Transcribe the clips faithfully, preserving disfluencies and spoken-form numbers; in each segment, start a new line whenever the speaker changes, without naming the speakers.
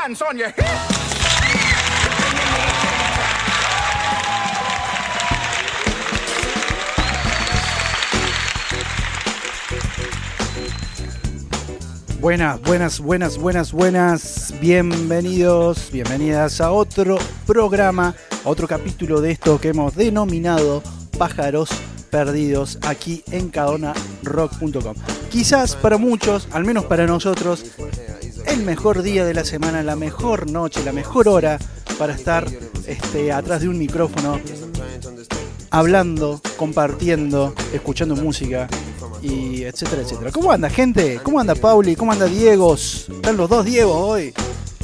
dance on your hip.
Buenas, buenas, buenas, buenas, buenas. Bienvenidos, bienvenidas a otro programa, a otro capítulo de esto que hemos denominado Pájaros Perdidos aquí en cadona rock punto com. Quizás para muchos, al menos para nosotros, el mejor día de la semana, la mejor noche, la mejor hora para estar este, atrás de un micrófono, hablando, compartiendo, escuchando música, y etcétera, etcétera. ¿Cómo anda, gente? ¿Cómo anda Pauli? ¿Cómo anda Diegos? Están los dos Diegos hoy.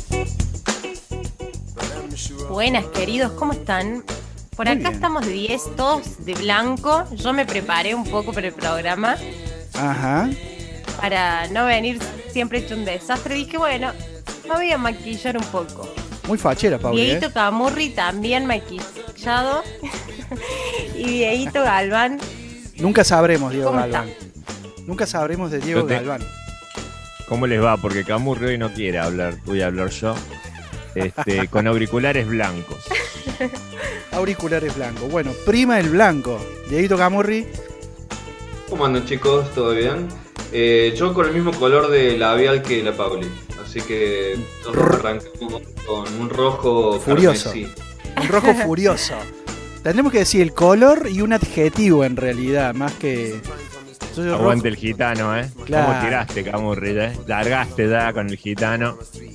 Buenas, queridos, ¿cómo están? Por
Muy
acá
bien.
estamos de diez, todos de blanco. Yo me preparé un poco para el programa
Ajá.
para no venir siempre hecho un desastre. Dije, bueno, me voy a maquillar un poco.
Muy fachera, Pauli,
Dieguito
¿eh?
Camurri también maquillado. Y Dieguito Galván.
Nunca sabremos, Diego
¿Cómo
Galván.
está?
Nunca sabremos de Diego
Yo te-
Galván.
¿Cómo les va? Porque Camurri hoy no quiere hablar, voy a hablar yo. Este, con auriculares blancos.
Auriculares blancos. Bueno, prima el blanco. Dieguito Camurri.
¿Cómo andan, chicos? ¿Todo bien? Eh, yo con el mismo color de labial que la Pauli. Así que nosotros arrancamos con un rojo
Furioso.
carmesí.
Un rojo furioso. Tendremos que decir el color y un adjetivo en realidad, más que... Yo soy rojo.
Aguante el gitano, ¿eh?
Claro.
¿Cómo tiraste, Camurri, eh? Largaste ya con el gitano.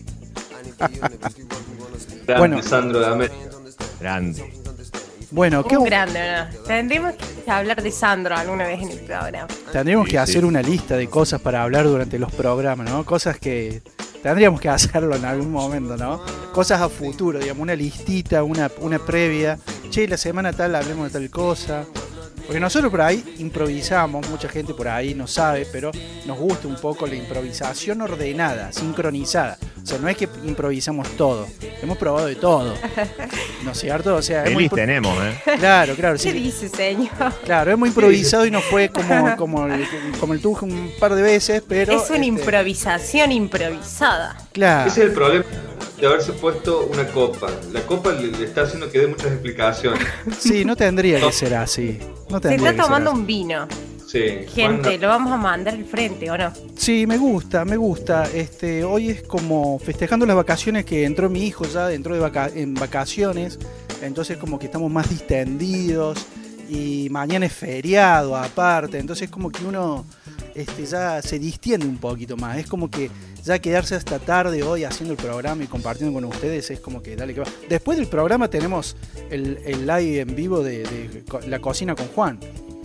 Grande
Bueno.
Sandro de América.
Grande.
Bueno, ¿qué,
Un grande, ¿no? Tendremos que hablar de Sandro alguna vez en el programa.
tendríamos
Sí,
que hacer
sí.
una lista de cosas para hablar durante los programas, ¿no? Cosas que tendríamos que hacerlo en algún momento, ¿no? Cosas a futuro, digamos, una listita, una, una previa. Che, la semana tal hablemos de tal cosa. Porque nosotros por ahí improvisamos, mucha gente por ahí no sabe, pero nos gusta un poco la improvisación ordenada, sincronizada. O sea, no es que improvisamos todo, hemos probado de todo. ¿No es cierto? O sea, hemos
Feliz
impro-
tenemos, ¿eh?
Claro, claro,
¿Qué
sí.
dice, señor?
Claro, hemos improvisado y no fue como, como, el, como el tujo un par de veces, pero...
Es una
este,
improvisación improvisada.
Claro,
Ese es el problema de haberse puesto una copa. La copa le, le está haciendo que dé muchas explicaciones.
sí, no tendría que ser así. No
Se
tendría
está
que ser
tomando
así.
un vino.
Sí.
Gente,
Juan-
lo vamos a mandar al frente, ¿o no?
Sí, me gusta, me gusta. Este, hoy es como festejando las vacaciones que entró mi hijo ya, entró de vaca- en vacaciones, entonces como que estamos más distendidos y mañana es feriado aparte, entonces como que uno este, ya se distiende un poquito más, es como que ya quedarse hasta tarde hoy haciendo el programa y compartiendo con ustedes es como que dale que va. Después del programa tenemos el, el live en vivo de, de co- La Cocina con Juan.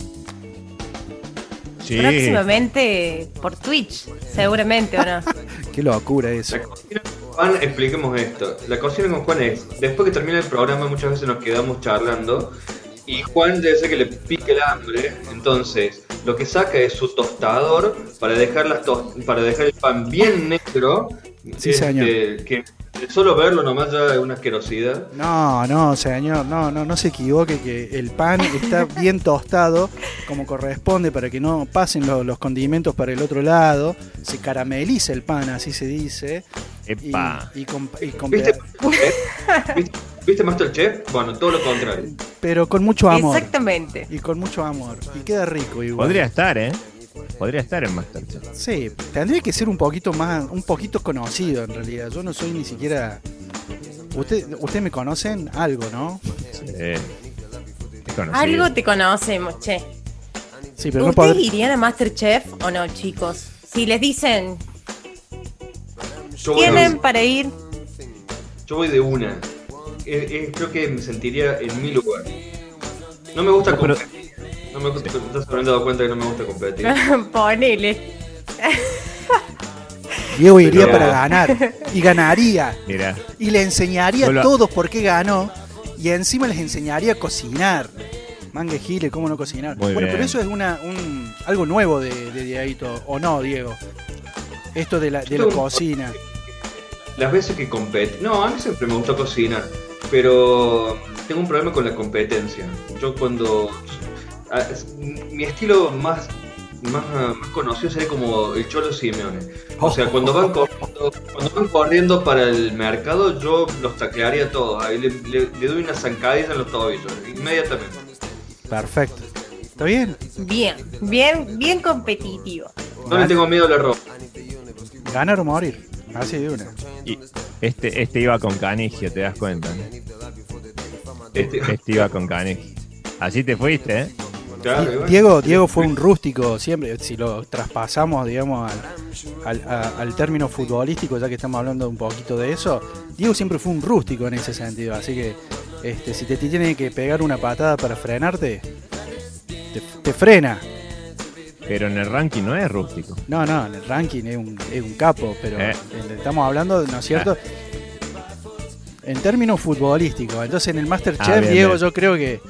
Sí.
Próximamente por Twitch, seguramente, ¿o no?
Qué locura eso.
La cocina con Juan, expliquemos esto. La cocina con Juan es, después que termina el programa muchas veces nos quedamos charlando y Juan debe ser que le pique el hambre, entonces lo que saca es su tostador para dejar las tos- para dejar el pan bien negro.
Sí,
este,
señor.
Que de solo verlo nomás ya es una asquerosidad.
No, no, señor, no, no, no se equivoque que el pan está bien tostado como corresponde para que no pasen lo- los condimentos para el otro lado, se carameliza el pan, así se dice, y,
Epa.
y con, y con
¿Viste,
peda-
¿Viste, ¿Viste Masterchef? Bueno, todo lo contrario.
pero con mucho amor,
Exactamente.
y con mucho amor, y queda rico igual.
Podría estar, ¿eh? Podría estar en Masterchef.
Sí, tendría que ser un poquito más, un poquito conocido en realidad, yo no soy ni siquiera... Usted, ustedes me conocen algo, ¿no?
Sí. Es conocido.
Algo te conocemos, che.
Sí, pero no
¿Ustedes
podré...
irían a Masterchef o no, chicos? Si les dicen,
Yo voy,
tienen
de,
para ir,
yo voy de una. Eh, eh, creo que me sentiría en mi lugar. No me gusta
No, pero-
competir. No me gusta, te has habrán dado cuenta que no me gusta competir.
ponele.
Diego iría
Pero-
para ganar, y ganaría.
Mira,
Y le enseñaría
Hola.
a todos por qué ganó. Y encima les enseñaría a cocinar. Mangue Gile, cómo no cocinar.
Muy
bueno,
bien.
pero eso es una, un, algo nuevo de, de Dieguito. ¿O no, Diego? Esto de la, de la
Yo-
cocina.
Las veces que compete. No, a mí siempre me gustó cocinar. Pero tengo un problema con la competencia. Yo cuando. a- Mi estilo más más, más conocido sería como el Cholo Simeone. O sea, cuando van corriendo, cuando van corriendo para el mercado, yo los taclearía a todos. Ahí le, le, le doy una zancadilla en los tobillos, inmediatamente.
Perfecto. ¿Está bien?
Bien, bien, bien competitivo.
No le tengo miedo a la ropa.
Ganar o morir. Así de una.
Y este, este iba con Caniggia, te das cuenta, ¿no?
Este,
Este iba con Caniggia. Así te fuiste, ¿eh?
claro,
Di-
bueno.
Diego, Diego fue un rústico siempre, si lo traspasamos, digamos, al, al, a- al término futbolístico, ya que estamos hablando un poquito de eso, Diego siempre fue un rústico en ese sentido, así que este, si te, te tiene que pegar una patada para frenarte, te, te frena.
Pero en el ranking no es rústico.
No, no, en el ranking es un, es un capo, pero
Eh.
en- estamos hablando, ¿no es cierto? En términos futbolísticos, entonces en el Masterchef,
Ah, bien,
Diego,
bien.
yo creo que...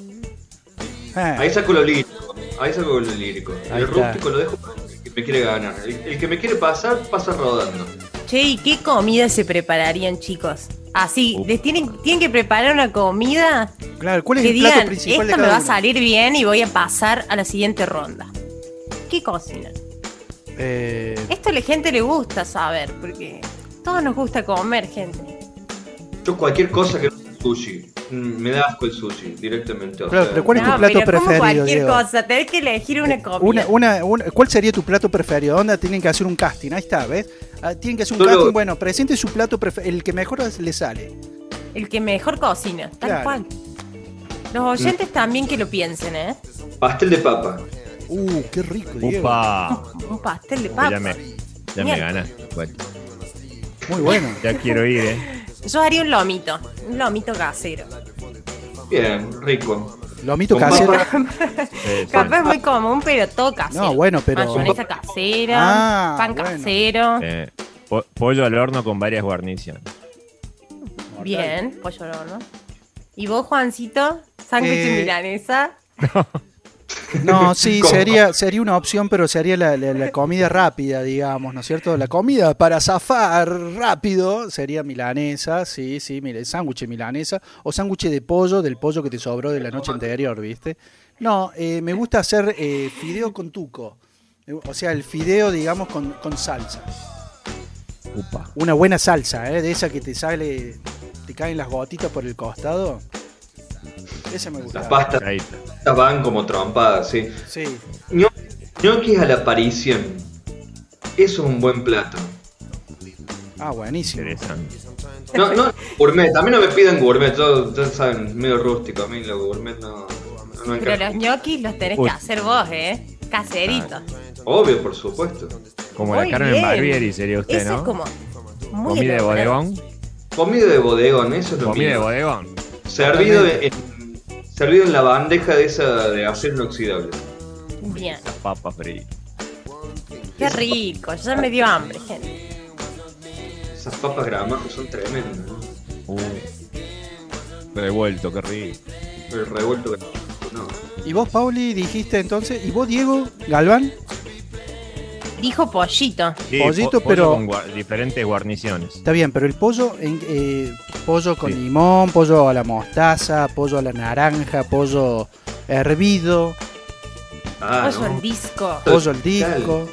Ah,
Ahí saco lo lírico. Ahí saco lo lírico.
Ahí
El
está.
rústico lo dejo para el que me quiere ganar. El, el que me quiere pasar, pasa rodando.
Che, ¿y qué comida se prepararían, chicos? Así,
Uf.
les tienen, tienen que preparar una comida
claro, ¿cuál es
que
el plato
digan,
principal de
esto me
cada
va a
uno?
salir bien y voy a pasar a la siguiente ronda. ¿Qué cocinan?
Eh,
Esto a la gente le gusta saber, porque todos nos gusta comer, gente.
Yo cualquier cosa que no sea sushi, mm, me da asco el sushi directamente. o
Claro,
sea,
pero ¿cuál es tu
No,
plato
pero como
preferido,
cualquier
Diego?
cosa, tenés que elegir una comida.
Una, una, una- ¿Cuál sería tu plato preferido? ¿Dónde tienen que hacer un casting? Ahí está, ¿ves? Ah, tienen que hacer un
Solo-
casting. Bueno, presente su plato preferido, el que mejor le sale.
El que mejor cocina, tal
Claro.
cual. Los oyentes también que lo piensen, ¿eh?
Pastel de papa.
Uh, qué rico, Diego.
Upa.
Un pastel de
Upa,
papa.
ya me, ya me
Mierda.
ganaste. Bueno,
Muy bueno.
ya quiero ir, ¿eh?
Yo haría un lomito, un lomito casero.
Bien, rico.
Lomito
Con
casero.
papa.
Eh, sí.
Capaz es muy común, pero todo casero.
No, bueno, pero-
Mayonesa casera,
Ah,
pan
bueno.
casero.
Eh, po- pollo al horno con varias guarniciones.
Bien, pollo al horno. ¿Y vos, Juancito? ¿Sándwich
Eh,
de milanesa?
No, sí,
¿Cómo?
sería, sería una opción, pero sería la, la- la comida rápida, digamos, ¿no es cierto? La comida para zafar rápido sería milanesa, sí, sí, mire, sándwich de milanesa o sándwich de pollo, del pollo que te sobró de la noche anterior, ¿viste? No, eh, me gusta hacer eh, fideo con tuco, eh, o sea, el fideo, digamos, con, con salsa.
Upa.
Una buena salsa, ¿eh? De esa que te sale, te caen las gotitas por el costado. Esa me gusta.
Las pastas
Ahí está.
estas van como trompadas, sí.
Sí.
Ño- Ñoquis a la aparición. Eso es un buen plato.
Ah, buenísimo.
Interesante.
No, no, gourmet. A mí no me piden gourmet. Yo, ustedes saben, medio rústico. A mí lo gourmet no, no
Pero
encaja.
los ñoquis los tenés
Uy.
que hacer vos, ¿eh? Caseritos.
Obvio, por supuesto.
Como
Muy
la Carmen
bien.
Barbieri sería usted,
Ese
¿no?
es como muy
Comida de
elaborado.
bodegón.
Comida de bodegón, eso es lo
Comida de
mío.
bodegón.
Servido
Totalmente.
en, servido en la bandeja de esa de acero inoxidable.
Bien.
Las papas fritas.
Qué rico. Ya me dio hambre, gente.
Esas papas gramajas son tremendas, ¿no?
Uh. Revuelto, qué rico.
El revuelto que no.
Y vos, Pauli, dijiste entonces, y vos, Diego Galván,
Dijo pollito.
Sí,
Pollito,
po- pollo
pero-
con gua- diferentes guarniciones.
está bien, pero el pollo, en, eh, pollo con
Sí.
limón, pollo a la mostaza, pollo a la naranja, pollo hervido,
Ah,
pollo
no.
en disco.
pollo al disco,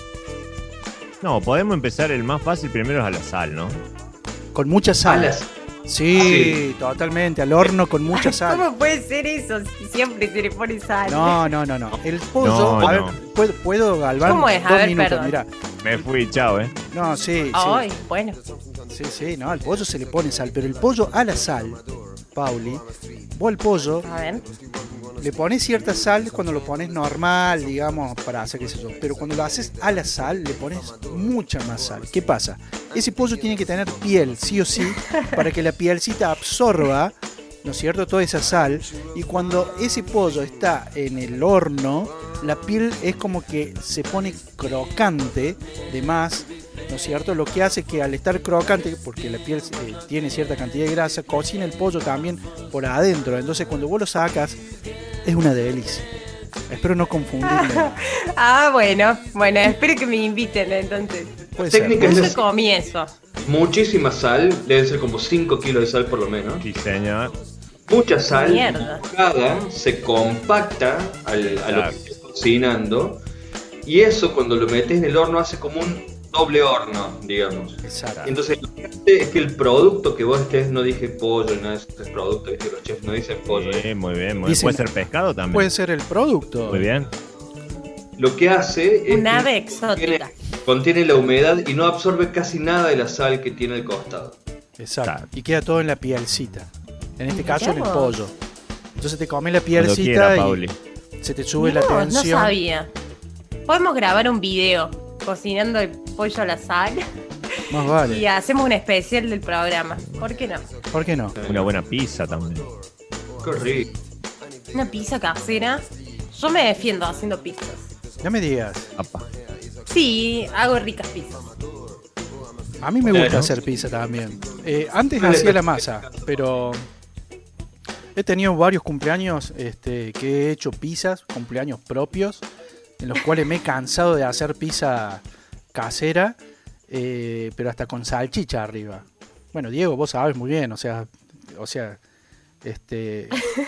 No, podemos empezar el más fácil primero es a la sal, ¿no?
con mucha sal.
Alas.
Sí,
Sí.
totalmente, al horno con mucha sal.
¿Cómo puede ser eso si siempre se le pone sal?
No, no, no, no. El pollo,
No,
a ver,
no.
¿puedo, puedo, Galván?
¿Cómo es? A
Dos
ver,
minutos,
perdón.
mirá.
Me fui, chao, ¿eh?
No, sí,
Ay,
sí.
bueno.
Sí, sí, no, al pollo se le pone sal, pero el pollo a la sal, Pauli, vos al pollo
A ver.
le pones cierta sal cuando lo pones normal, digamos, para hacer qué sé yo. Pero cuando lo haces a la sal, le pones mucha más sal. ¿Qué pasa? Ese pollo tiene que tener piel, sí o sí, para que la pielcita absorba, ¿no es cierto?, toda esa sal. Y cuando ese pollo está en el horno, la piel es como que se pone crocante de más, ¿no es cierto? Lo que hace que al estar crocante, porque la piel eh, tiene cierta cantidad de grasa, cocina el pollo también por adentro. Entonces cuando vos lo sacas, es una delicia. Espero no confundirme.
Ah, bueno. Bueno, espero que me inviten entonces.
Puede ser.
Técnica es
Nunca
decir,
comí eso.
muchísima sal, deben ser como cinco kilos de sal por lo menos.
Sí, señor.
Mucha sal,
Mierda.
mojada, se compacta al, a lo
Claro.
que estés cocinando y eso cuando lo metes en el horno hace como un doble horno, digamos.
Exacto.
Entonces lo que hace es que el producto que vos estés, no dije pollo, nada de esos productos, ¿viste? Los chefs no dicen pollo.
Sí, muy bien, muy bien.
Dicen-
Puede ser pescado también.
Puede ser el producto.
Muy bien.
Lo que hace es
Un ave
que
exótica.
contiene, contiene la humedad y no absorbe casi nada de la sal que tiene al costado.
Exacto.
Claro.
Y queda todo en la pielcita. En este
Mirá
caso en el
vos.
pollo. Entonces te comes la
Cuando
pielcita
quiera,
y
Pauli.
se te sube
No,
la
no
tensión.
sabía. Podemos grabar un video cocinando el pollo a la sal
Más
y
vale.
hacemos un especial del programa. ¿Por qué no?
¿Por qué no?
Una buena pizza también.
Qué rico.
Una pizza casera. Yo me defiendo haciendo pizzas.
No me digas.
Apa.
Sí, hago ricas pizzas.
A mí me gusta
Bueno.
hacer pizza también. Eh, antes
Vale,
hacía la
perfecto.
masa, pero he tenido varios cumpleaños este, que he hecho pizzas, cumpleaños propios, en los cuales me he cansado de hacer pizza casera, eh, pero hasta con salchicha arriba. Bueno, Diego, vos sabes muy bien, o sea, o sea, este,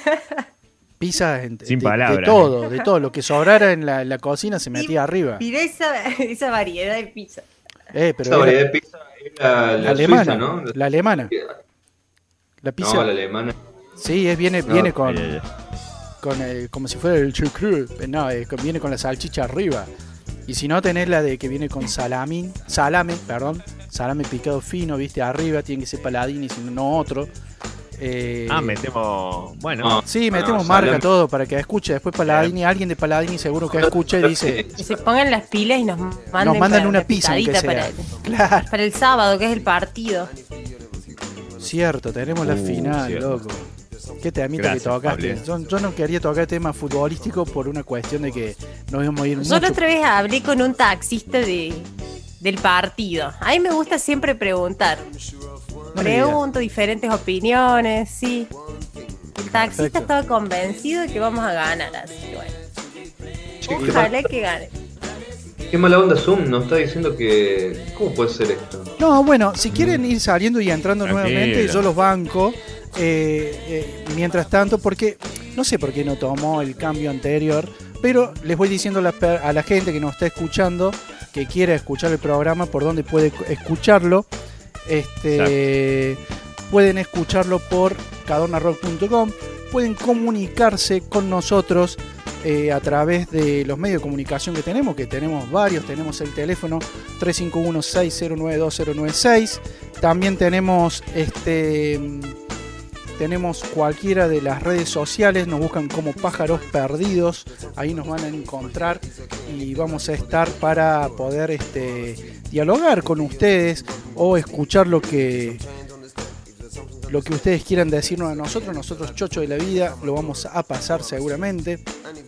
pizza en-
Sin
de,
palabras.
de todo, de todo, lo que sobrara en la, en la cocina se metía arriba.
Mirá esa, esa variedad de pizza.
Eh, pero
Esa
era
variedad de pizza es la, la
la alemana,
suiza, ¿no?
la alemana, la pizza.
No, la alemana.
Sí, es, viene,
No,
viene con,
Ay, ay, ay.
con eh, como si fuera el chucrú. No, eh, con- viene con la salchicha arriba. Y si no, tenés la de que viene con salamín, salame, perdón, salame picado fino, viste, arriba, tiene que ser paladini, si no otro. Eh,
Ah, metemos. Bueno,
No,
Sí,
no,
metemos
no,
marca,
salame.
todo, para que escuche. Después Paladini, alguien de Paladini seguro que escucha y dice,
Que se pongan las pilas y nos manden,
nos mandan
para
una pizza, aunque
picadita
sea.
para el,
Claro,
para el sábado, que es el partido.
cierto, tenemos la
Uh,
final,
cierto.
loco. Qué temita
Gracias,
que tocaste.
Pablo.
Yo, yo no quería tocar tema futbolístico por una cuestión de que nos íbamos a ir
Yo la
mucho.
otra vez hablé con un taxista de, del partido. A mí me gusta siempre preguntar.
No me digas.
Pregunto diferentes opiniones, sí. El taxista
Perfecto.
estaba convencido de que vamos a ganar, así que bueno.
Che, qué,
Ojalá que gane.
qué mala onda Zoom, nos está diciendo que... ¿Cómo puede ser esto?
No, bueno, si quieren ir saliendo y entrando
Tranquilo.
nuevamente, yo los banco. eh, eh, mientras tanto, porque no sé por qué no tomó el cambio anterior, pero les voy diciendo a la, per- a la gente que nos está escuchando, que quiere escuchar el programa, por dónde puede cu- escucharlo. Este, pueden escucharlo por cadorna rock punto com, pueden comunicarse con nosotros eh, a través de los medios de comunicación que tenemos, que tenemos varios. Tenemos el teléfono tres cinco uno, seis cero nueve, dos cero nueve seis. También tenemos este tenemos cualquiera de las redes sociales, nos buscan como Pájaros Perdidos, ahí nos van a encontrar y vamos a estar para poder este, dialogar con ustedes o escuchar lo que lo que ustedes quieran decirnos a nosotros. Nosotros, chocho de la vida, lo vamos a pasar seguramente.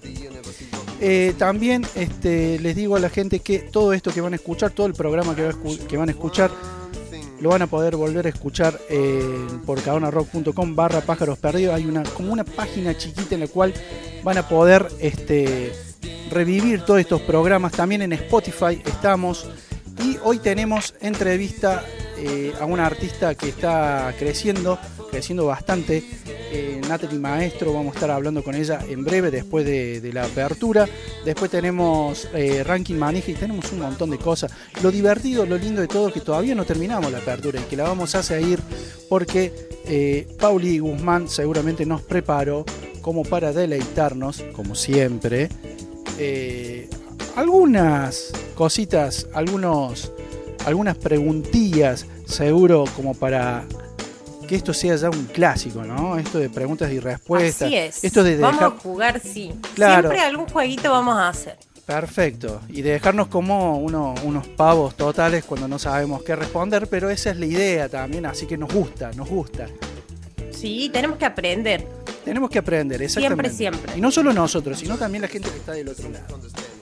Eh, también este, les digo a la gente que todo esto que van a escuchar, todo el programa que, va a escu- que van a escuchar, lo van a poder volver a escuchar eh, por cadorna rock punto com barra pájaros perdidos. Hay una como una página chiquita en la cual van a poder este, revivir todos estos programas. También en Spotify estamos. Y hoy tenemos entrevista eh, a una artista que está creciendo, creciendo bastante, eh, Natalie Maestro. Vamos a estar hablando con ella en breve, después de, de la apertura. Después tenemos eh, Ranking Manija y tenemos un montón de cosas. Lo divertido, lo lindo de todo, que todavía no terminamos la apertura y que la vamos a seguir porque eh, Pauli Guzmán seguramente nos preparó como para deleitarnos, como siempre, eh, algunas cositas, algunos, algunas preguntillas, seguro como para que esto sea ya un clásico, ¿no? Esto de preguntas y respuestas.
Así es.
Esto de
Vamos
dejar...
a jugar, sí.
Claro.
Siempre algún jueguito vamos a hacer.
Perfecto. Y de dejarnos como uno- unos pavos totales cuando no sabemos qué responder, pero esa es la idea también, así que nos gusta, nos gusta.
Sí, tenemos que aprender.
Tenemos que aprender, exactamente.
Siempre, siempre.
Y no solo nosotros, sino también la gente que está del otro lado.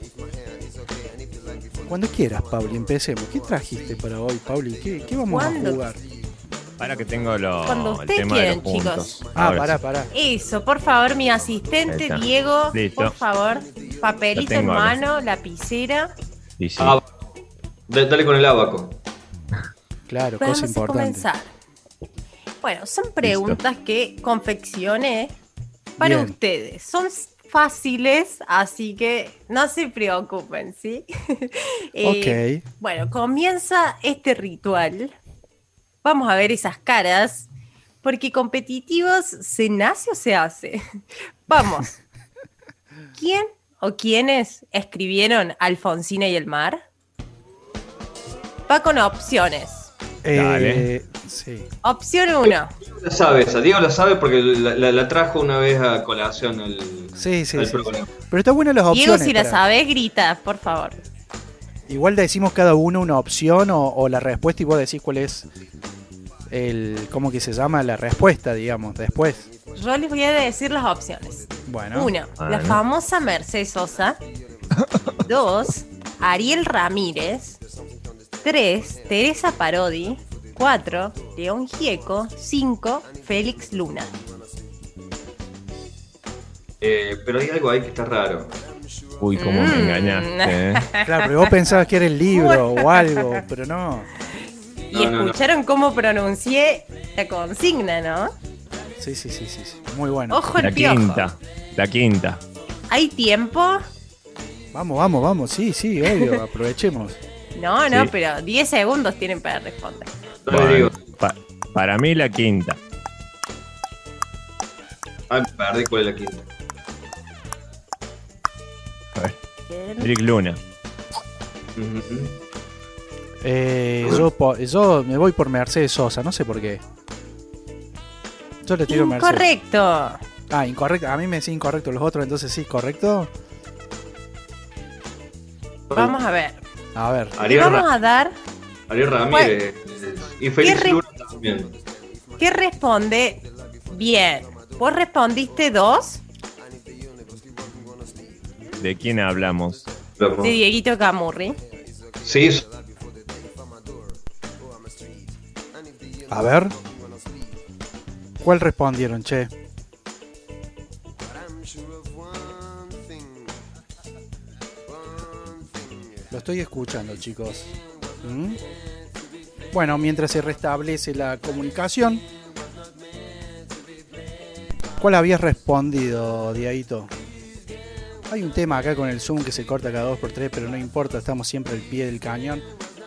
Cuando quieras, Pauli, empecemos. ¿Qué trajiste para hoy, Pauli? ¿Qué, qué vamos
¿Cuándo?
a jugar?
para que tengo lo,
Cuando
el
ustedes
tema de
quieran,
los puntos.
chicos.
Ah,
Ahora
pará,
sí.
pará.
Eso, por favor, mi asistente,
Ahí está.
Diego,
Listo.
por favor, papelito
Lo
en
tengo acá.
mano, lapicera.
Y sí.
Ah, da- dale con el abaco.
Claro,
Vamos
cosa
a
importante.
comenzar. Bueno, son preguntas que confeccioné para
Bien.
ustedes. Son fáciles, así que no se preocupen, ¿sí? Eh,
Ok.
Bueno, comienza este ritual. Vamos a ver esas caras, porque competitivos, ¿se nace o se hace? Vamos. ¿Quién o quiénes escribieron Alfonsina y el mar? Va con opciones.
Eh,
Dale.
sí.
Opción uno.
La sabe esa, Diego la sabe porque la, la- la trajo una vez a colación al,
Sí, sí,
al
sí,
programa.
sí. Pero está buena las
Diego,
opciones.
si la
para-
sabes, grita, por favor.
Igual decimos cada uno una opción o, o la respuesta y vos decís cuál es el. ¿Cómo que se llama? La respuesta, digamos, después.
Yo les voy a decir las opciones.
Bueno.
Uno, la
Bueno.
famosa Mercedes Sosa. Dos, Ariel Ramírez. Tres, Teresa Parodi. Cuatro, León Gieco. Cinco, Félix Luna.
Eh, pero hay algo ahí que está raro.
Uy, cómo me
Mm.
engañaste. ¿eh?
Claro, pero vos pensabas que era el libro o algo, pero no.
Y
No, no, no.
escucharon cómo pronuncié la consigna, ¿no?
Sí, sí, sí, sí, sí. Muy bueno.
Ojo el
La
piojo.
quinta. La quinta.
¿Hay tiempo?
Vamos, vamos, vamos. Sí, sí, obvio. Aprovechemos.
No, no,
Sí.
pero diez segundos tienen para responder.
No le
Bueno,
digo.
pa- para mí la quinta.
Ah, me perdí cuál es la quinta.
A ver. Félix Luna.
Ujú.
Eh, yo, po- yo me voy por Mercedes Sosa, no sé por qué. Yo le tiro Mercedes.
Incorrecto.
Ah, incorrecto. A mí me decía incorrecto los otros, entonces sí, correcto.
Vamos a ver.
A ver.
Le
Ariel,
vamos
Ra-
a dar
Ariel Ramírez. Y Félix
re-
Luna también.
¿qué responde bien? Vos respondiste dos
¿De quién hablamos?
Loco.
de Dieguito Camurri.
Sí,
A ver. ¿Cuál respondieron, che? Lo estoy escuchando, chicos. ¿Mm? Bueno, mientras se restablece la comunicación. ¿Cuál habías respondido, Dieguito? Hay un tema acá con el Zoom que se corta cada dos por tres, pero no importa, estamos siempre al pie del cañón.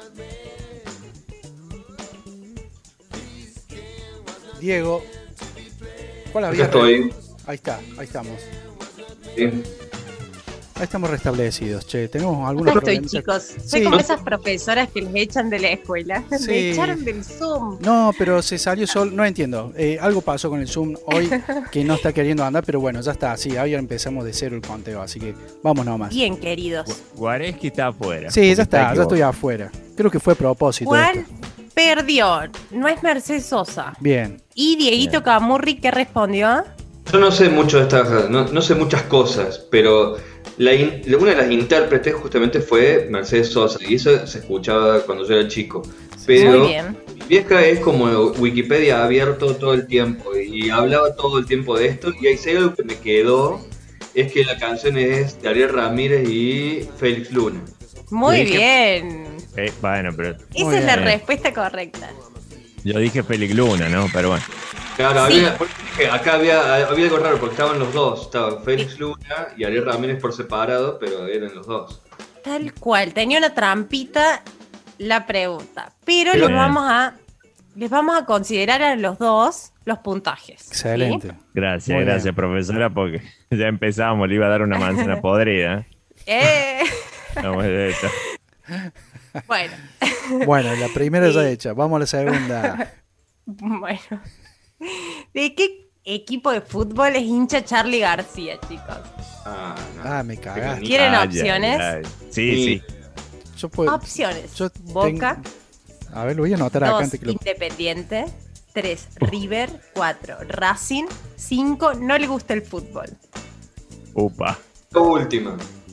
Diego, ¿cuál
acá
había?
estoy.
Ahí está, ahí estamos.
Sí.
Ahí estamos restablecidos, che. Tenemos algunos
Acá estoy,
problemas.
chicos. Soy
Sí.
como esas profesoras que les echan de la escuela.
Sí.
Me echaron del Zoom.
No, pero se salió solo, no entiendo. Eh, algo pasó con el Zoom hoy que no está queriendo andar, pero bueno, ya está. Sí, ahora empezamos de cero el conteo, así que vamos nomás.
Bien, queridos.
Guareschi está afuera.
Sí,
porque
ya está, ya
equivocado.
estoy afuera. Creo que fue a propósito.
¿Cuál
esto.
perdió? No es Mercedes Sosa.
Bien.
Y Dieguito
Bien.
Camurri, ¿qué respondió?
Yo no sé mucho de estas, no, no sé muchas cosas, pero la in- una de las intérpretes justamente fue Mercedes Sosa, y eso se escuchaba cuando yo era chico. Pero
Muy bien.
mi vieja es como Wikipedia abierto todo el tiempo, y hablaba todo el tiempo de esto, y ahí sí algo que me quedó, es que la canción es de Ariel Ramírez y Félix Luna.
Muy
Dije-
bien.
Eh, bueno, pero
Esa
Muy
es la
bien.
respuesta correcta.
yo dije Félix Luna, ¿no? Pero bueno.
Claro,
Sí.
había, por eso dije, acá había, había algo raro, porque estaban los dos, estaba Félix Luna y Ariel Ramírez por separado, pero eran los dos.
Tal cual. Tenía una trampita la pregunta. Pero
Pero-
les vamos a les vamos a considerar a los dos los puntajes. ¿sí?
Excelente.
Gracias,
Muy
gracias,
bien.
profesora, porque ya empezábamos, le iba a dar una manzana podrida.
Eh,
Vamos de esto.
bueno,
Bueno, la primera ya
Sí.
hecha. Vamos a la segunda.
bueno. ¿De qué equipo de fútbol es hincha Charlie García, chicos?
Ah, no.
Ah, me cagaste.
¿Quieren
Ay,
opciones?
ay, ay. Sí, sí.
Yo puedo.
Opciones.
yo
Boca.
tengo- A ver, lo voy a anotar acá
Dos,
antes que lo.
Independiente. Tres, River. Cuatro, Racing. Cinco, no le gusta el fútbol.
Upa.
La última.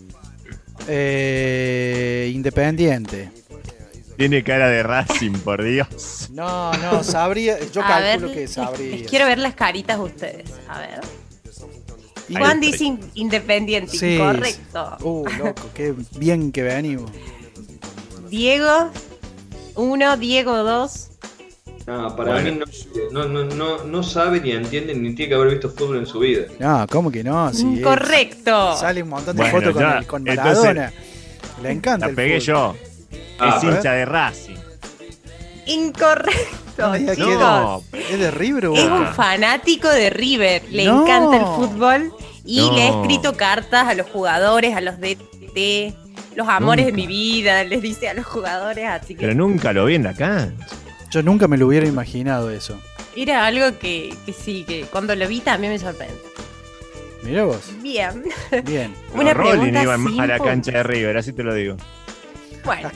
Eh, Independiente.
Tiene cara de Racing, por Dios.
No, no, sabría. Yo
A
calculo
ver,
que
les-
sabría.
Les quiero ver las caritas a ustedes. A ver.
Y-
Juan
Ahí
dice in- independiente.
Sí,
Correcto.
Uh, loco, qué bien que venimos.
Diego, uno. Diego, dos.
No, para
Bueno.
mí no, no, no, no, no sabe ni entiende ni tiene que haber visto fútbol en su vida.
No, ¿cómo que no? Si es-
Incorrecto.
sale un montón de
Bueno,
fotos con,
ya,
el- con
entonces-
Maradona. Le encanta
La
el
pegué
fútbol.
yo.
Ah,
es
a ver.
hincha de Racing.
Incorrecto,
Ay, ay,
chicos.
No,
¿Es de River o
Es un
Boca?
fanático de River. Le
No.
encanta el fútbol y
No.
le he escrito cartas a los jugadores, a los D T, los amores
Nunca.
de mi vida, les dice a los jugadores, así que
pero nunca lo vi en la cancha.
Yo nunca me lo hubiera imaginado eso.
era algo que, que sí, que cuando lo vi también me sorprendió.
Mirá vos.
Bien.
Bien.
Una
Los Rolling
pregunta
iban
sin
a la
punto.
cancha de River, así te lo digo.
Bueno,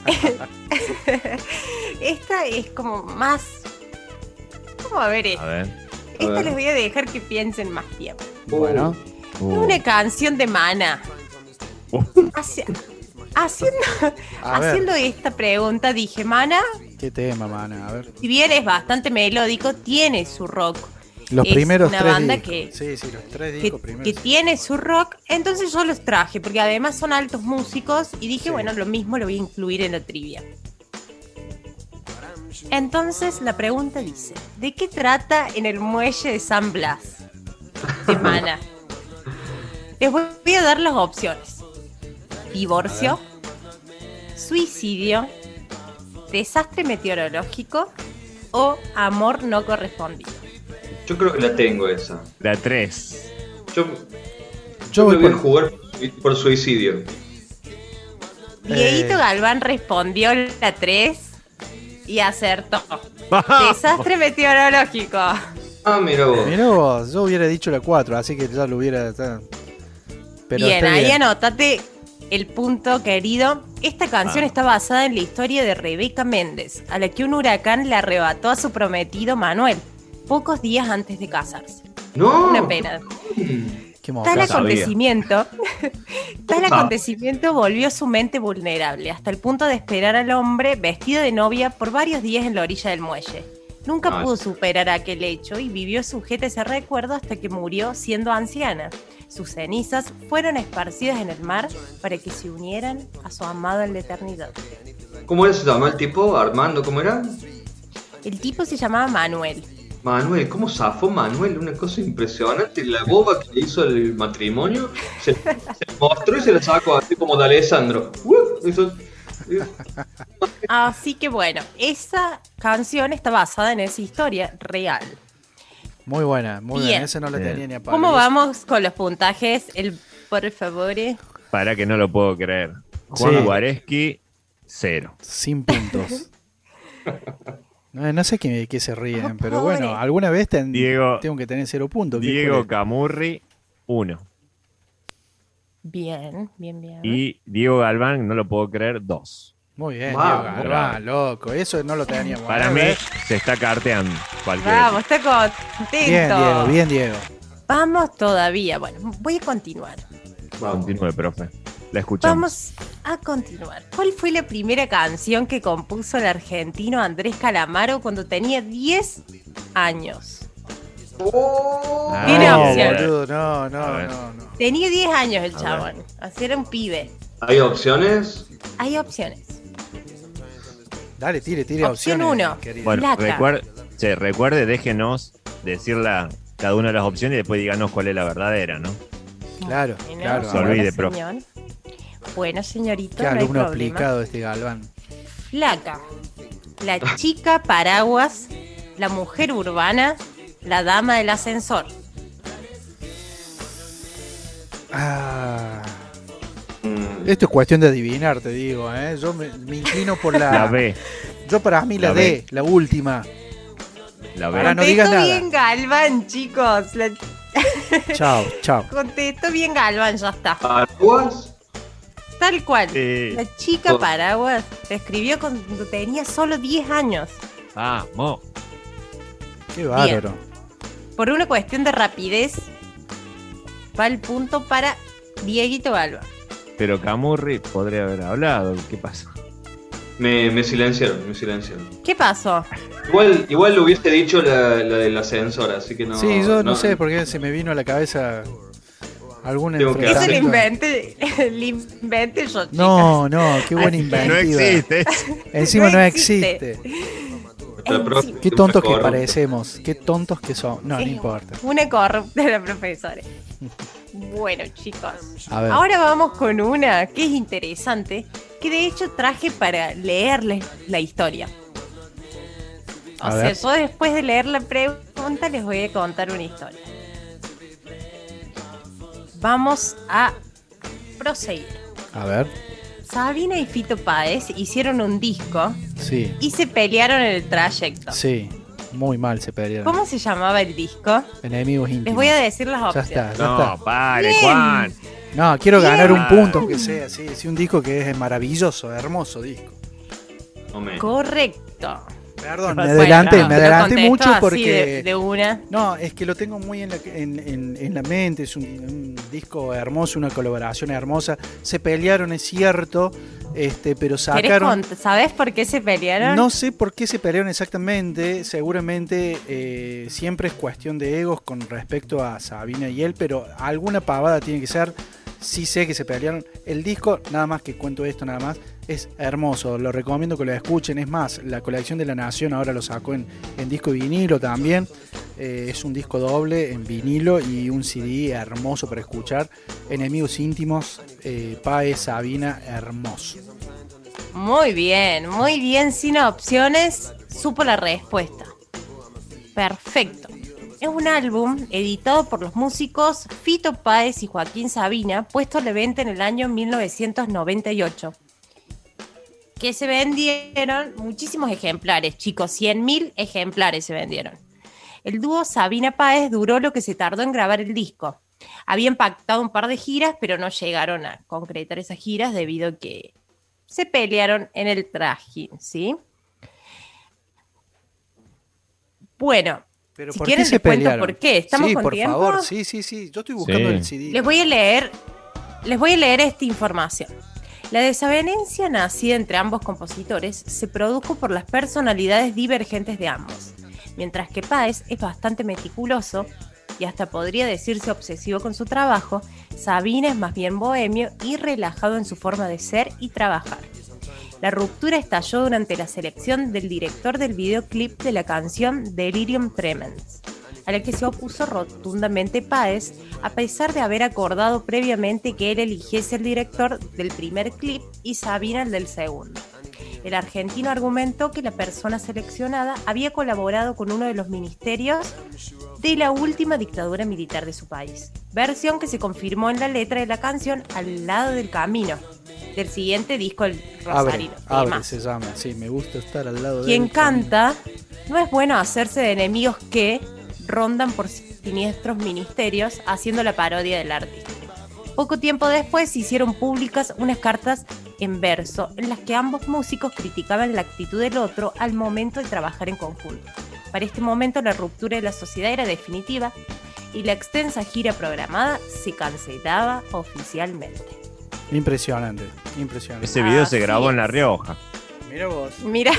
esta es como más... Vamos a ver
A
esta.
ver.
Esta
ver.
les voy a dejar que piensen más tiempo.
Bueno.
Uh.
Es una canción de Mana.
Uh.
Hace- haciendo
A ver.
haciendo esta pregunta dije, Mana,
¿Qué tema, mana? A ver.
si bien es bastante melódico, tiene su rock.
Los
Es
primeros
una
tres
banda
discos.
que-
Sí, sí, los tres
Que,
discos
que
primeros.
tiene su rock, entonces yo los traje, porque además son altos músicos y dije,
Sí.
bueno, lo mismo lo voy a incluir en la trivia. Entonces la pregunta dice, ¿de qué trata en el muelle de San Blas? De Mana. Les voy a dar las opciones. Divorcio, suicidio, desastre meteorológico o amor no correspondido.
Yo creo que la tengo esa.
La tres.
Yo,
Yo
yo
voy
me voy a
por-
jugar por suicidio.
Dieguito
Eh.
Galván respondió la tres y acertó. Desastre meteorológico.
Ah, mira vos.
Mirá vos, yo hubiera dicho la cuatro, así que ya lo hubiera. Pero
bien,
está
ahí
bien.
anótate el punto, querido. Esta canción
Ah.
está basada en la historia de Rebeca Méndez, a la que un huracán le arrebató a su prometido Manuel, pocos días antes de casarse.
No.
Una pena.
Qué
Tal
mocazo.
sabía.
acontecimiento, tal
Ah.
acontecimiento volvió su mente vulnerable, hasta el punto de esperar al hombre vestido de novia por varios días en la orilla del muelle. Nunca
Ah.
pudo superar aquel hecho y vivió sujeta a ese recuerdo hasta que murió siendo anciana. Sus cenizas fueron esparcidas en el mar para que se unieran a su amado en la eternidad.
¿Cómo era se llamaba el tipo? Armando, ¿cómo era?
El tipo se llamaba Manuel.
Manuel, ¿cómo zafó Manuel? Una cosa impresionante. La boba que le hizo el matrimonio se, se mostró y se la sacó así como de Alessandro. Uh, hizo-
Así que bueno, esa canción está basada en esa historia real.
Muy buena, muy
Bien.
buena. Ese no lo
Bien.
tenía ni a palo.
¿Cómo
Y eso-
vamos con los puntajes? El por favor.
Para que no lo puedo creer. Juan
Sí.
Guareschi, cero.
Sin puntos. No, no sé qué, qué se ríen,
Oh,
pero
pobre.
bueno, alguna vez ten-
Diego-
tengo que tener cero puntos. ¿qué
Diego
cuál es?
Camurri, uno.
Bien, bien, bien.
Y Diego Galván, no lo puedo creer, dos.
Muy bien,
Vamos.
Diego Galván, loco. Eso no lo teníamos.
Para
A
mí,
ver.
se está carteando cualquiera.
Vamos, está contento.
Bien, Diego, bien, Diego.
Vamos todavía. Bueno, voy a continuar.
Vamos.
Continúe, profe. La escuchamos.
Vamos a continuar. ¿Cuál fue la primera canción que compuso el argentino Andrés Calamaro cuando tenía diez años?
Ah,
Tiene
no,
opción.
boludo, no, no,
A ver.
no, no.
Tenía diez años el
A
chabón. Así era un pibe.
¿Hay opciones?
Hay opciones.
Dale, tire, tire
Opción
opciones.
uno.
querido.
Bueno,
Flaca.
recuerde, che, recuerde, déjenos decir la, cada una de las opciones y después díganos cuál es la verdadera, ¿no?
Claro,
Bueno,
claro.
se olvide,
bueno,
profe.
señor. Bueno, señorito,
Qué
no hay
alumno
problema.
aplicado este Galván.
Flaca, la chica paraguas, la mujer urbana, la dama del ascensor.
Ah,
Mm,
esto es cuestión de adivinar, te digo, ¿eh? Yo me, me inclino por la...
La B,
Yo para mí la,
La
D,
B.
la última.
la
Ahora
B.
no digas
Contestó
nada.
bien Galván, chicos. La-
Chao, chao.
Contestó bien Galván, ya está.
¿Paraguas?
Tal cual.
Eh.
La chica
Oh.
paraguas la escribió cuando tenía solo diez años.
Vamos.
Qué bárbaro.
Por una cuestión de rapidez, va el punto para Dieguito Galván.
Pero Camurri podría haber hablado. ¿Qué pasó?
Me, me silenciaron, me silenciaron.
¿Qué pasó?
Igual, igual lo hubiese dicho la, la del ascensor, así que no.
sí, yo no, sé por qué se me vino a la cabeza algún
Tengo que
Eso lo
Perfecto.
inventé, lo inventé yo, chicas.
No, no, qué buen
Así que-
inventiva.
No existe.
Encima
No
no
existe.
existe.
La
En
profe
sí.
Qué
es
tontos
una
que
corrupta.
parecemos. Qué tontos que son. No, no
Es
importa.
Una corrupta de la profesora. Bueno, chicos.
A ver.
Ahora vamos con una que es interesante, que de hecho traje para leerles la historia. O
A
sea,
ver.
yo después de leer la pregunta les voy a contar una historia. Vamos a proseguir.
A ver.
Sabina y Fito Páez hicieron un disco
Sí.
y se pelearon en el trayecto.
Sí. Muy mal se pelearon.
¿Cómo se llamaba el disco?
Enemigos íntimos.
Les voy a decir las
Ya
opciones.
está, ya
No,
está.
pare,
Bien.
Juan.
No, quiero
Bien.
ganar un punto, aunque sea. Sí, sí, un disco que es maravilloso, hermoso disco.
No me-
Correcto.
Perdón, me
Bueno,
adelanté,
no,
me
lo
adelanté
contesto
mucho
así
porque...
de, de una.
No, es que lo tengo muy en la, en, en- en la mente, es un, un disco hermoso, una colaboración hermosa. Se pelearon, es cierto, este, pero
¿Querés
sacaron...
cont- ¿Sabés por qué se pelearon?
No sé por qué se pelearon exactamente, seguramente eh, siempre es cuestión de egos con respecto a Sabina y él, pero alguna pavada tiene que ser. Sí sé que se pelearon. El disco, nada más que cuento esto, nada más, es hermoso. Lo recomiendo que lo escuchen. Es más, la colección de La Nación ahora lo sacó en, en disco y vinilo también. Eh, es un disco doble en vinilo y un C D hermoso para escuchar. Enemigos íntimos, eh, Páez, Sabina, hermoso.
Muy bien, muy bien, sin opciones, supo la respuesta. Perfecto. Es un álbum editado por los músicos Fito Páez y Joaquín Sabina, puesto a la venta en el año mil novecientos noventa y ocho. Que se vendieron muchísimos ejemplares, chicos, cien mil ejemplares se vendieron. El dúo Sabina Páez duró lo que se tardó en grabar el disco. Habían pactado un par de giras, pero no llegaron a concretar esas giras debido a que se pelearon en el trajín, ¿sí? Bueno,
Pero
si
¿por
quieren
qué se
les cuento
pelearon?
por qué. ¿Estamos
sí,
con
por
tiempo?
favor, sí, sí, sí. Yo estoy buscando
Sí.
el C D.
Les voy a leer, les voy a leer esta información. La desavenencia nacida entre ambos compositores se produjo por las personalidades divergentes de ambos, mientras que Páez es bastante meticuloso y hasta podría decirse obsesivo con su trabajo. Sabina es más bien bohemio y relajado en su forma de ser y trabajar. La ruptura estalló durante la selección del director del videoclip de la canción Delirium Tremens, a la que se opuso rotundamente Páez, a pesar de haber acordado previamente que él eligiese el director del primer clip y Sabina el del segundo. El argentino argumentó que la persona seleccionada había colaborado con uno de los ministerios de la última dictadura militar de su país, versión que se confirmó en la letra de la canción Al lado del camino, del siguiente disco El
Abre,
Rosarino.
abre
Además,
se llama. Sí, me gusta estar al lado de
quien
él.
canta, no es bueno hacerse de enemigos que rondan por siniestros ministerios haciendo la parodia del artista. Poco tiempo después se hicieron públicas unas cartas en verso en las que ambos músicos criticaban la actitud del otro al momento de trabajar en conjunto. Para este momento la ruptura de la sociedad era definitiva y la extensa gira programada se cancelaba oficialmente.
Impresionante, impresionante.
Ese video se
Así
grabó en La
es.
Rioja.
Mira vos.
Mira,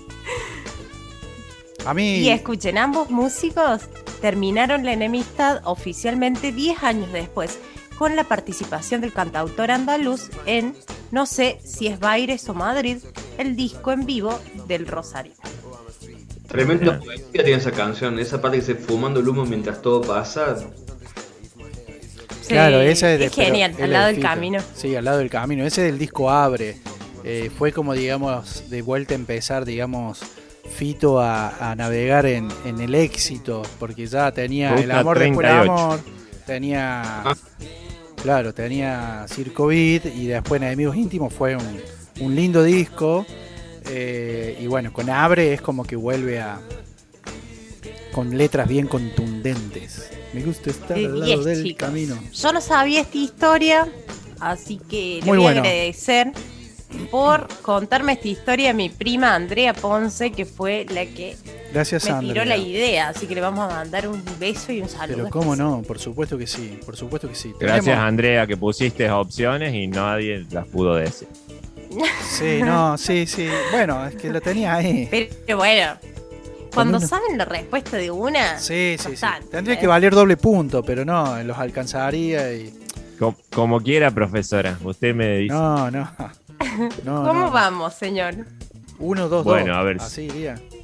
A mí.
y escuchen, ambos músicos terminaron la enemistad oficialmente diez años después, con la participación del cantautor andaluz en No sé si es Baires o Madrid, el disco en vivo del Rosarino.
Tremenda poesía tiene esa canción, esa parte que se fumando el humo mientras todo pasa.
Claro,
Sí,
ese es de,
es genial,
pero
al
él
lado
es
del
Fito.
camino.
Sí, al lado del camino. Ese del disco Abre. Eh, fue como, digamos, de vuelta a empezar, digamos, Fito a, a navegar en, en el éxito, porque ya tenía
Ruta
el amor después del
treinta y ocho.
amor, tenía,
Ah.
claro, tenía Circo Beat y después Enemigos Íntimos fue un, un lindo disco. Eh, y bueno, con Abre es como que vuelve a con letras bien contundentes. Me gusta estar
De
al lado
diez,
del
chicos.
camino.
Yo no sabía esta historia, así que le
Muy
voy
bueno.
a agradecer por contarme esta historia a mi prima Andrea Ponce, que fue la que
Gracias,
me
Andrea.
tiró la idea, así que le vamos a mandar un beso y un saludo.
Pero cómo no, por supuesto que sí, por supuesto que sí.
Gracias,
Tenemos-
Andrea, que pusiste opciones y nadie las pudo decir.
Sí, no, sí, sí. Bueno, es que lo tenía ahí.
Pero bueno, cuando
uno-
saben la respuesta de una,
Sí,
ya
sí, sí.
está,
Tendría
¿eh?
que valer doble punto, pero no, los alcanzaría y.
Com- Como quiera, profesora. Usted me dice.
No, no. No,
¿Cómo
no.
vamos, señor?
Uno, dos,
Bueno,
dos.
a ver.
Así iría.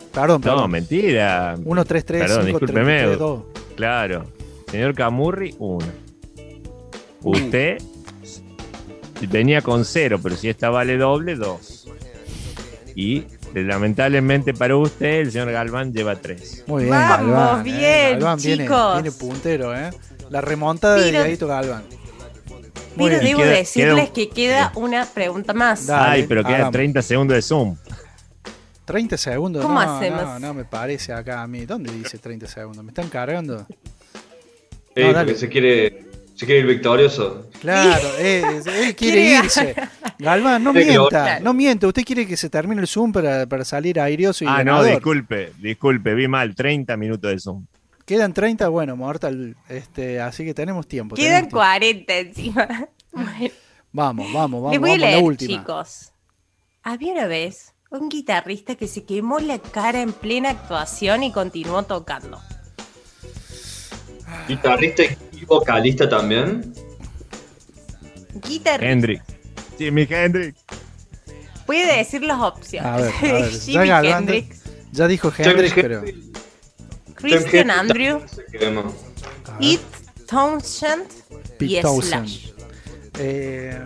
Perdón, perdón.
No, mentira.
uno, tres, tres,
Perdón,
cinco,
discúlpeme.
tres, dos.
Claro. Señor Camurri, uno. Usted venía con cero, pero si esta vale doble, dos. Y lamentablemente para usted, el señor Galván lleva tres.
Muy bien,
Vamos,
Galván.
bien,
eh. Galván viene,
chicos.
viene puntero, ¿eh? La remontada de
Pero-
Dieguito Galván. Muy
Pero
bien.
debo
queda-
decirles
queda-
que queda una pregunta más.
Dale,
Ay, pero quedan
hagamos.
treinta segundos de Zoom.
treinta segundos.
¿Cómo
no,
hacemos?
No, no me parece acá a mí. ¿Dónde dice treinta segundos? ¿Me están cargando?
Eh,
No, dale.
porque se quiere, se quiere ir victorioso.
Claro, eh, él quiere
Quiere
irse. Galván, no
Sí,
mienta,
claro.
no mienta. Usted quiere que se termine el Zoom para, para salir airioso y
Ah, no,
ganador.
disculpe, disculpe, vi mal, treinta minutos de Zoom.
Quedan treinta, bueno, Mortal, este, así que tenemos tiempo.
Quedan
tenemos tiempo.
cuarenta encima. Bueno,
Vamos, vamos, vamos,
les voy a
vamos a la
leer,
última.
chicos. Había una vez un guitarrista que se quemó la cara en plena actuación y continuó tocando.
Guitarrista y vocalista también.
Guitarrista.
Hendrix. Jimi Hendrix.
Puede decir las opciones.
A ver, a ver, ya
Jimi
Galván
Hendrix,
Ya dijo Hendrix, pero...
Christian Andrew,
Se quemó.
a ver,
Pete Townshend
Pete
y
Townshend.
Slash.
Eh,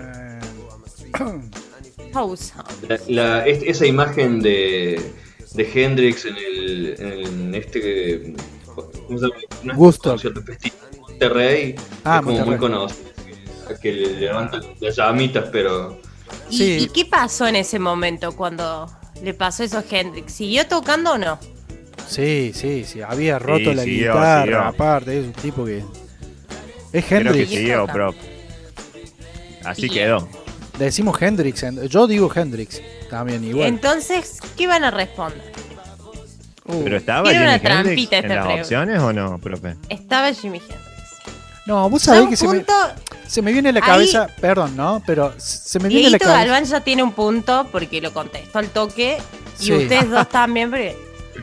Townshend.
La, la- es- esa imagen de, de Hendrix en el en este ¿cómo se llama? No es
Woodstock.
concierto, festival de Monterrey,
Ah,
es como
Monterrey.
muy conocido, que le levantan las llamitas, pero
¿Y,
Sí.
¿Y qué pasó en ese momento cuando le pasó eso a Hendrix? ¿Siguió tocando o no?
sí, sí, sí, había roto
Sí,
la
siguió,
guitarra,
siguió.
aparte, es un tipo que... Es
Creo que
Hendrix.
sí.
siguió, prof. Así
Bien.
quedó.
Decimos Hendrix, en- yo digo Hendrix, también igual.
Entonces, ¿qué van a responder?
Uh,
¿Pero estaba
Tiene
Jimi
una
Hendrix
trampita
en
esta
las
pregunta.
opciones o no, profe?
Estaba Jimi Hendrix.
no, vos
A
sabés
un
que se me,
punto,
se me viene a la
ahí-
cabeza, perdón, ¿no? Pero se me viene a la
Dieguito
cabeza...
Galván ya tiene un punto porque lo contestó al toque. Y
Sí.
ustedes dos también. Porque...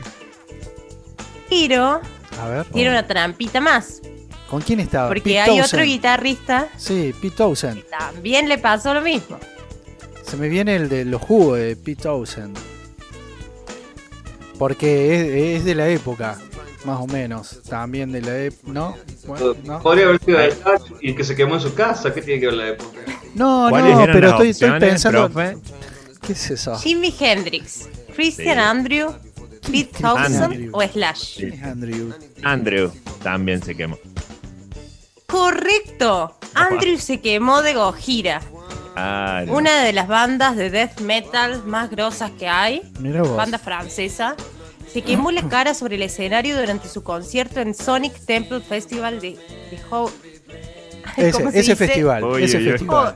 Pero
A ver,
tiene una trampita más.
¿con quién estaba?
Porque
Pete
hay otro
Townshend.
guitarrista
Sí, Pete Townshend.
que también le pasó lo mismo.
Se me viene el de los jugos de Pete Townshend. Porque es, es de la época, más o menos. También de la época, ¿no? Bueno, ¿no?
podría haber sido de Slash y que se quemó en su casa. ¿Qué tiene que ver la época?
No,
¿Cuáles
no,
eran
pero
las
estoy, estoy
opciones,
pensando...
profe?
¿Qué es eso?
Jimi Hendrix, Christian
Sí.
Andrew, Pete Townshend
Andrew?
o Slash.
Sí.
Es Andrew.
Andrew también se quemó.
Correcto. Andrew se quemó de Gojira,
Ah, no.
una de las bandas de death metal más grosas que hay,
Mira vos.
banda francesa. Se quemó la cara sobre el escenario durante su concierto en Sonic Temple Festival de, de Ho-
Ese,
¿cómo se
ese
dice?
festival,
Uy,
ese
uy, uy.
festival.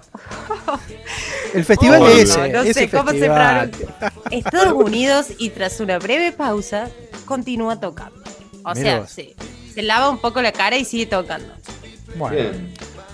El festival
Oh,
es ese,
no, no
ese
sé cómo se
festival.
pronuncia. Estados Unidos, y tras una breve pausa, continúa tocando. O
Mirá
sea,
vos.
sí, se lava un poco la cara y sigue tocando.
Bueno,
Bien.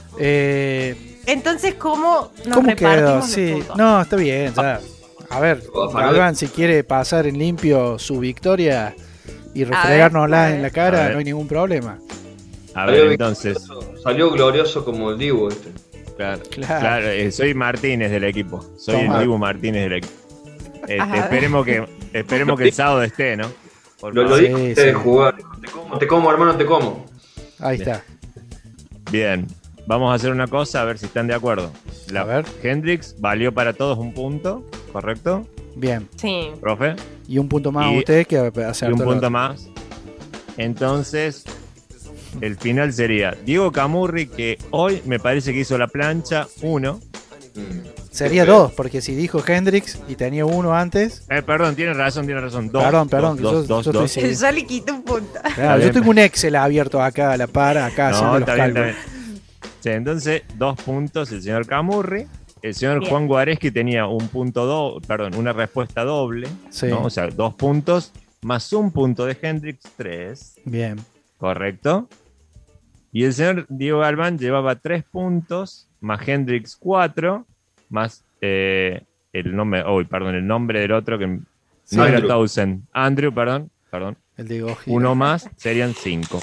eh,
Entonces, ¿cómo nos
¿cómo
repartimos
quedó?
los
Sí,
puntos?
no, está bien, ya. A ver, Galván, si quiere pasar en limpio su victoria y refregárnosla
a ver.
en la
A
cara,
ver.
no hay ningún problema.
A
Salió
ver, entonces.
victorioso- Salió glorioso como el Divo este.
Claro,
Claro.
claro, eh, soy Martínez del equipo. Soy
Toma.
el Dibu Martínez del equipo. Este,
Ajá.
esperemos que esperemos que el sábado esté, ¿no? Por
Lo, lo
favor.
Sí,
dije antes
sí.
de jugar. Te como, te como, hermano, te como.
Ahí está.
Bien, vamos a hacer una cosa, a ver si están de acuerdo. La
A ver.
Hendrix valió para todos un punto, ¿correcto,
Bien.
Sí.
profe?
Y un punto más a
Y-
usted que
Y
acertó
un
el
punto
otro.
más. Entonces, el final sería Diego Camurri, que hoy me parece que hizo la plancha, uno.
Mm.
Sería dos, porque si dijo Hendrix y tenía uno antes.
Eh, perdón, tiene razón, tiene razón. Dos,
Perdón, perdón, que
dos,
yo-
dos, dos,
yo estoy
dos.
seguro. Sí.
Yo le quito un punto.
Claro, yo
bien.
tengo un Excel abierto acá a la par, acá haciendo
No,
los
está bien, está
cálculos.
bien. Sí, entonces, dos puntos el señor Camurri. El señor
Bien.
Juan Guareschi tenía un punto do, perdón, una respuesta doble.
Sí.
¿no? O sea, dos puntos más un punto de Hendrix, tres.
Bien.
Correcto. Y el señor Diego Galván llevaba tres puntos, más Hendrix cuatro, más eh, el nombre, oh, perdón, el nombre del otro que no era
Andrew.
Townsend. Andrew, perdón, perdón.
El de Gojira.
Uno más serían cinco.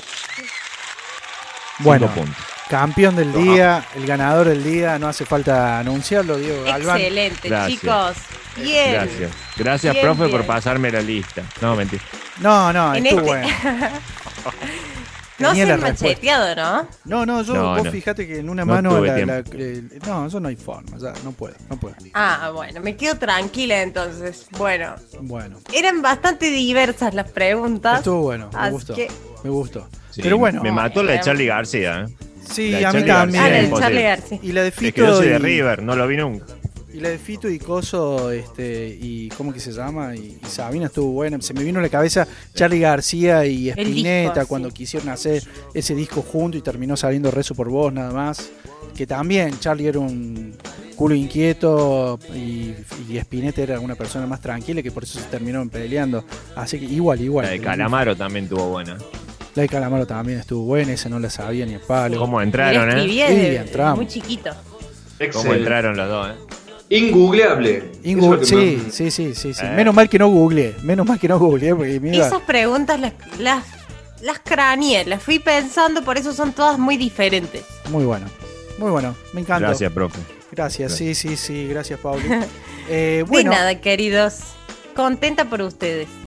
Bueno,
Cinco puntos.
campeón del día, el ganador del día, no hace falta anunciarlo, Diego Galván.
Excelente,
Gracias.
chicos. Bien.
Gracias. Gracias,
Bien,
profe,
bien.
por pasarme la lista. No, mentira.
No, no,
En
estuvo
este-
bueno.
No
Tenía
ser
la respuesta.
macheteado, ¿no?
No, no, yo,
No,
vos
no.
fíjate que en una
No
mano
tuve
la,
tiempo.
la- el- no, eso no hay forma, ya, no puedo, no puedo.
Ah, bueno, me quedo tranquila entonces. Bueno,
Bueno,
eran bastante diversas las preguntas.
estuvo bueno, me
Así
gustó,
que-
me gustó.
Sí,
Pero bueno,
Me mató la de
Bueno.
Charlie García. ¿eh?
sí,
la de
a mí
Charlie García
Ah, la
también.
de
imposible.
Charlie García.
Y la de
Es que yo
Fito
soy de
y,
River, no lo vi nunca.
y la de Fito y Coso, este, y ¿cómo que se llama? Y, y Sabina estuvo buena. Se me vino a la cabeza Charly García y
disco,
Spinetta
sí.
cuando quisieron hacer ese disco junto y terminó saliendo Rezo por Vos nada más. Que también Charly era un culo inquieto y, y Spinetta era una persona más tranquila que por eso se terminaron peleando. Así que igual, igual.
La de Calamaro también tuvo buena.
La de Calamaro también estuvo buena, esa no la sabía ni a palo.
¿Cómo
Mirá,
entraron, eh?
escribía
Sí,
de-
entramos.
muy chiquito.
¿Cómo
Excelente.
entraron los dos, eh?
Ingoogleable.
Ingu-
Eso es lo que
sí,
más-
sí, sí, sí, sí.
Eh.
Menos mal que no googleé, menos mal que no googleé porque me iba-
Esas preguntas las, las, las craneé, las fui pensando, por eso son todas muy diferentes.
Muy bueno, muy bueno, me encanta.
Gracias, profe.
Gracias, sí, sí, sí, gracias, Pauli. Eh, bueno,
De nada, queridos. Contenta por ustedes.